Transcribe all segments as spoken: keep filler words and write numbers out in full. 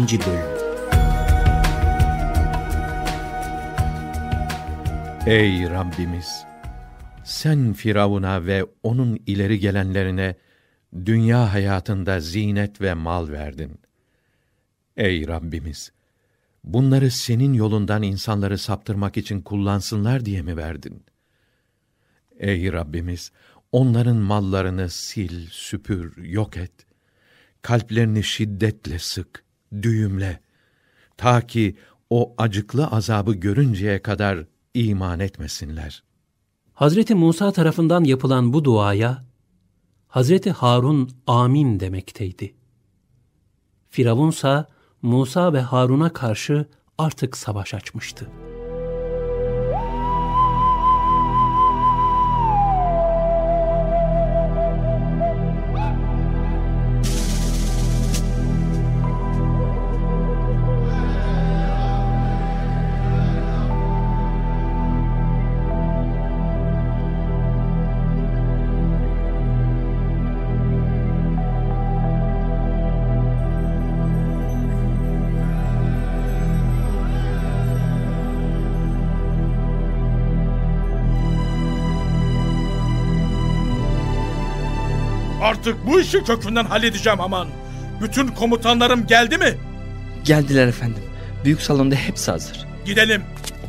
ikinci Bölüm. Ey Rabbimiz! Sen Firavun'a ve onun ileri gelenlerine dünya hayatında zinet ve mal verdin. Ey Rabbimiz! Bunları senin yolundan insanları saptırmak için kullansınlar diye mi verdin? Ey Rabbimiz! Onların mallarını sil, süpür, yok et. Kalplerini şiddetle sık, düğümle. Ta ki o acıklı azabı görünceye kadar iman etmesinler. Hazreti Musa tarafından yapılan bu duaya, Hazreti Harun amin demekteydi. Firavunsa Musa ve Harun'a karşı artık savaş açmıştı. Artık bu işi kökünden halledeceğim aman. Bütün komutanlarım geldi mi? Geldiler efendim. Büyük salonda hepsi hazır. Gidelim.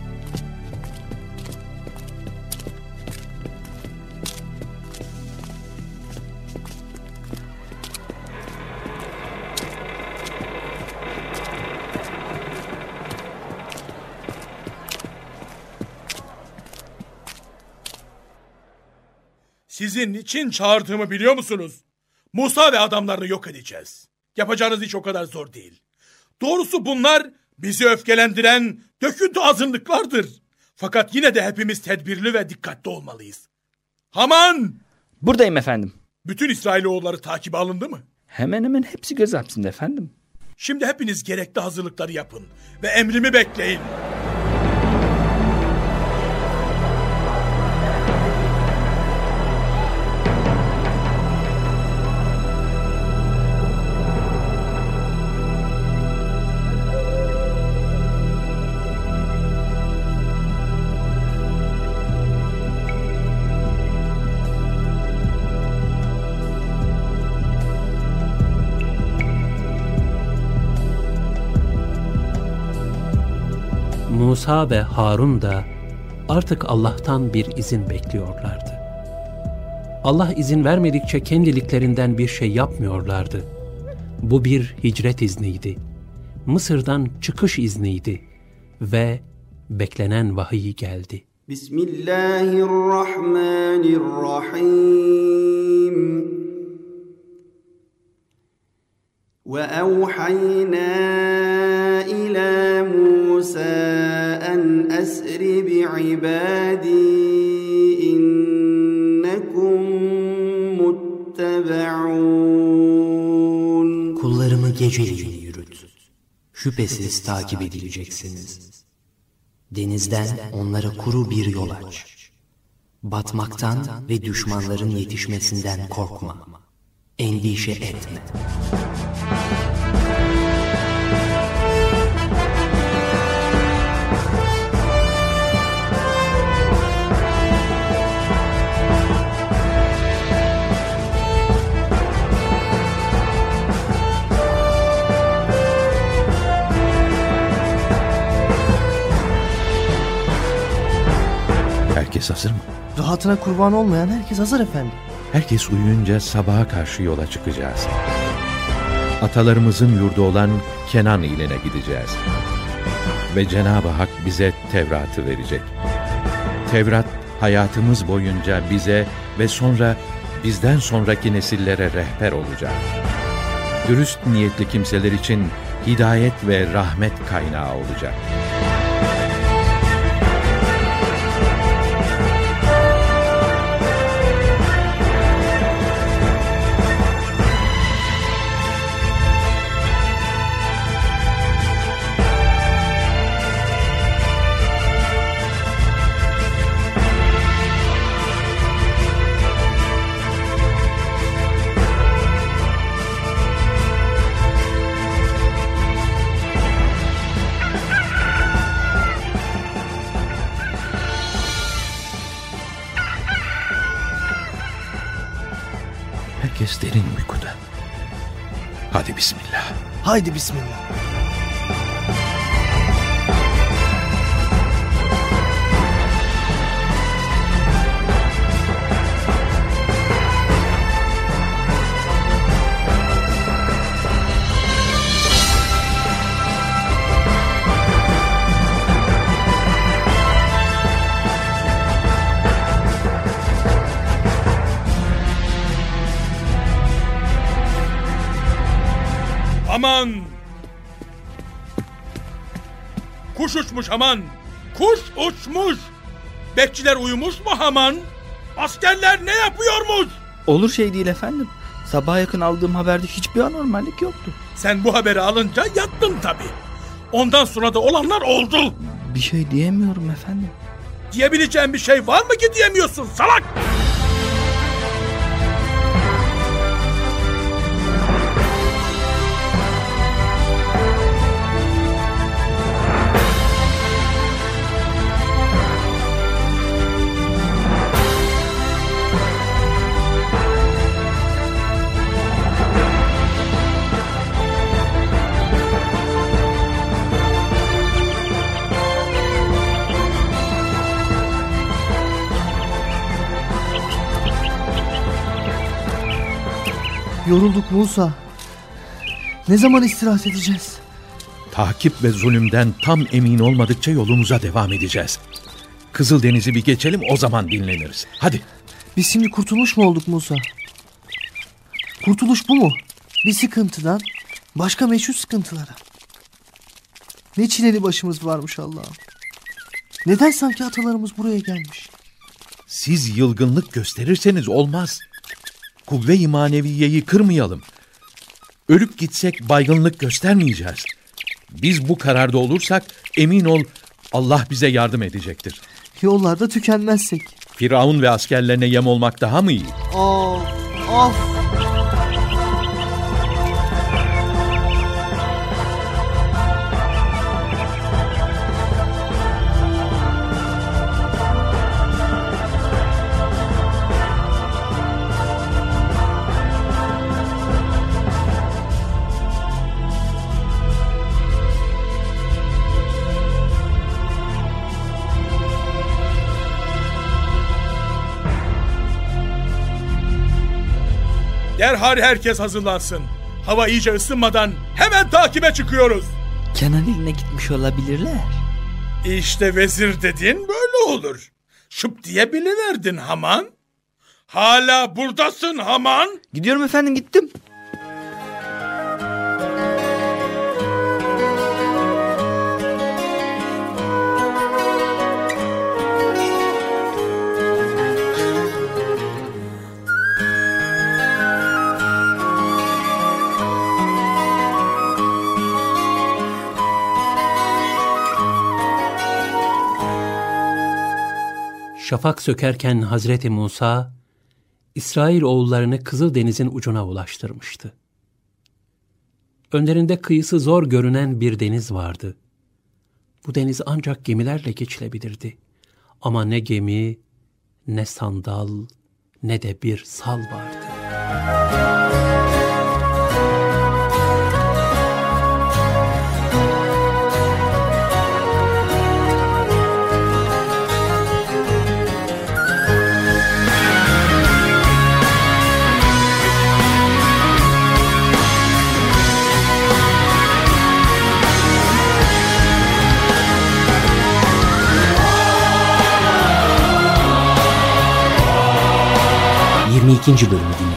Sizin için çağırdığımı biliyor musunuz? Musa ve adamlarını yok edeceğiz. Yapacağınız iş o kadar zor değil. Doğrusu bunlar bizi öfkelendiren döküntü azınlıklardır. Fakat yine de hepimiz tedbirli ve dikkatli olmalıyız. Haman! Buradayım efendim. Bütün İsrailoğulları takibe alındı mı? Hemen hemen hepsi göz hapsinde efendim. Şimdi hepiniz gerekli hazırlıkları yapın ve emrimi bekleyin. Musa ve Harun da artık Allah'tan bir izin bekliyorlardı. Allah izin vermedikçe kendiliklerinden bir şey yapmıyorlardı. Bu bir hicret izniydi. Mısır'dan çıkış izniydi ve beklenen vahiy geldi. Bismillahirrahmanirrahim. Ve evhayna ila Musa en esri bi'ibadi innekum muttebe'un. Kullarımı geceliğin yürüt. Şüphesiz takip edileceksiniz. Denizden onlara kuru bir yol aç. Batmaktan ve düşmanların yetişmesinden korkma. Endişe etme. Herkes hazır mı? Rahatına kurban olmayan herkes hazır efendim. Herkes uyuyunca sabaha karşı yola çıkacağız. Atalarımızın yurdu olan Kenan iline gideceğiz. Ve Cenab-ı Hak bize Tevrat'ı verecek. Tevrat hayatımız boyunca bize ve sonra bizden sonraki nesillere rehber olacak. Dürüst niyetli kimseler için hidayet ve rahmet kaynağı olacak. herkes derin uykuda. Hadi bismillah. Haydi bismillah. Aman! Kuş uçmuş aman! Kuş uçmuş! Bekçiler uyumuş mu aman? Askerler ne yapıyormuş? Olur şey değil efendim. Sabaha yakın aldığım haberde hiçbir anormallik yoktu. Sen bu haberi alınca yattın tabii. Ondan sonra da olanlar oldu. Bir şey diyemiyorum efendim. Diyebileceğin bir şey var mı ki diyemiyorsun salak? Yorulduk Musa. Ne zaman istirahat edeceğiz? Takip ve zulümden tam emin olmadıkça yolumuza devam edeceğiz. Kızıldeniz'i bir geçelim, o zaman dinleniriz. Hadi. Biz şimdi kurtulmuş mu olduk Musa? Kurtuluş bu mu? Bir sıkıntıdan başka meşhur sıkıntılara. Ne çileli başımız varmış Allah'ım. Neden sanki atalarımız buraya gelmiş? Siz yılgınlık gösterirseniz olmaz. Kuvve-i maneviyeyi kırmayalım. Ölüp gitsek baygınlık göstermeyeceğiz. Biz bu kararda olursak emin ol Allah bize yardım edecektir. Yollarda tükenmezsek. Firavun ve askerlerine yem olmak daha mı iyi? Of, of. Derhal herkes hazırlansın. Hava iyice ısınmadan hemen takibe çıkıyoruz. Kenan iline gitmiş olabilirler. İşte vezir dedin böyle olur. Şıp diye biliverdin Haman. Hala buradasın Haman. Gidiyorum efendim, gittim. Şafak sökerken Hazreti Musa, İsrail oğullarını Kızıldeniz'in ucuna ulaştırmıştı. Önlerinde kıyısı zor görünen bir deniz vardı. Bu deniz ancak gemilerle geçilebilirdi. Ama ne gemi, ne sandal, ne de bir sal vardı. yirmi ikinci bölümü dinlediniz.